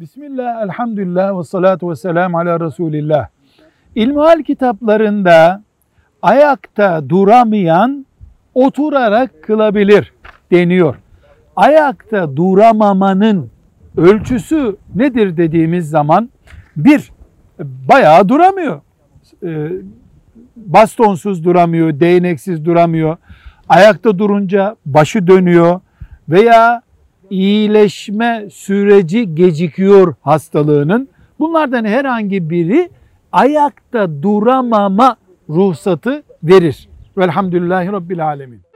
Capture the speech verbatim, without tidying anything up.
Bismillah, elhamdülillah ve salatu ve selamu ala Resulillah. İlmihal kitaplarında ayakta duramayan oturarak kılabilir deniyor. Ayakta duramamanın ölçüsü nedir dediğimiz zaman, bir, bayağı duramıyor. Bastonsuz duramıyor, değneksiz duramıyor. Ayakta durunca başı dönüyor veya iyileşme süreci gecikiyor hastalığının. Bunlardan herhangi biri ayakta duramama ruhsatı verir. Velhamdülillahi Rabbil Alemin.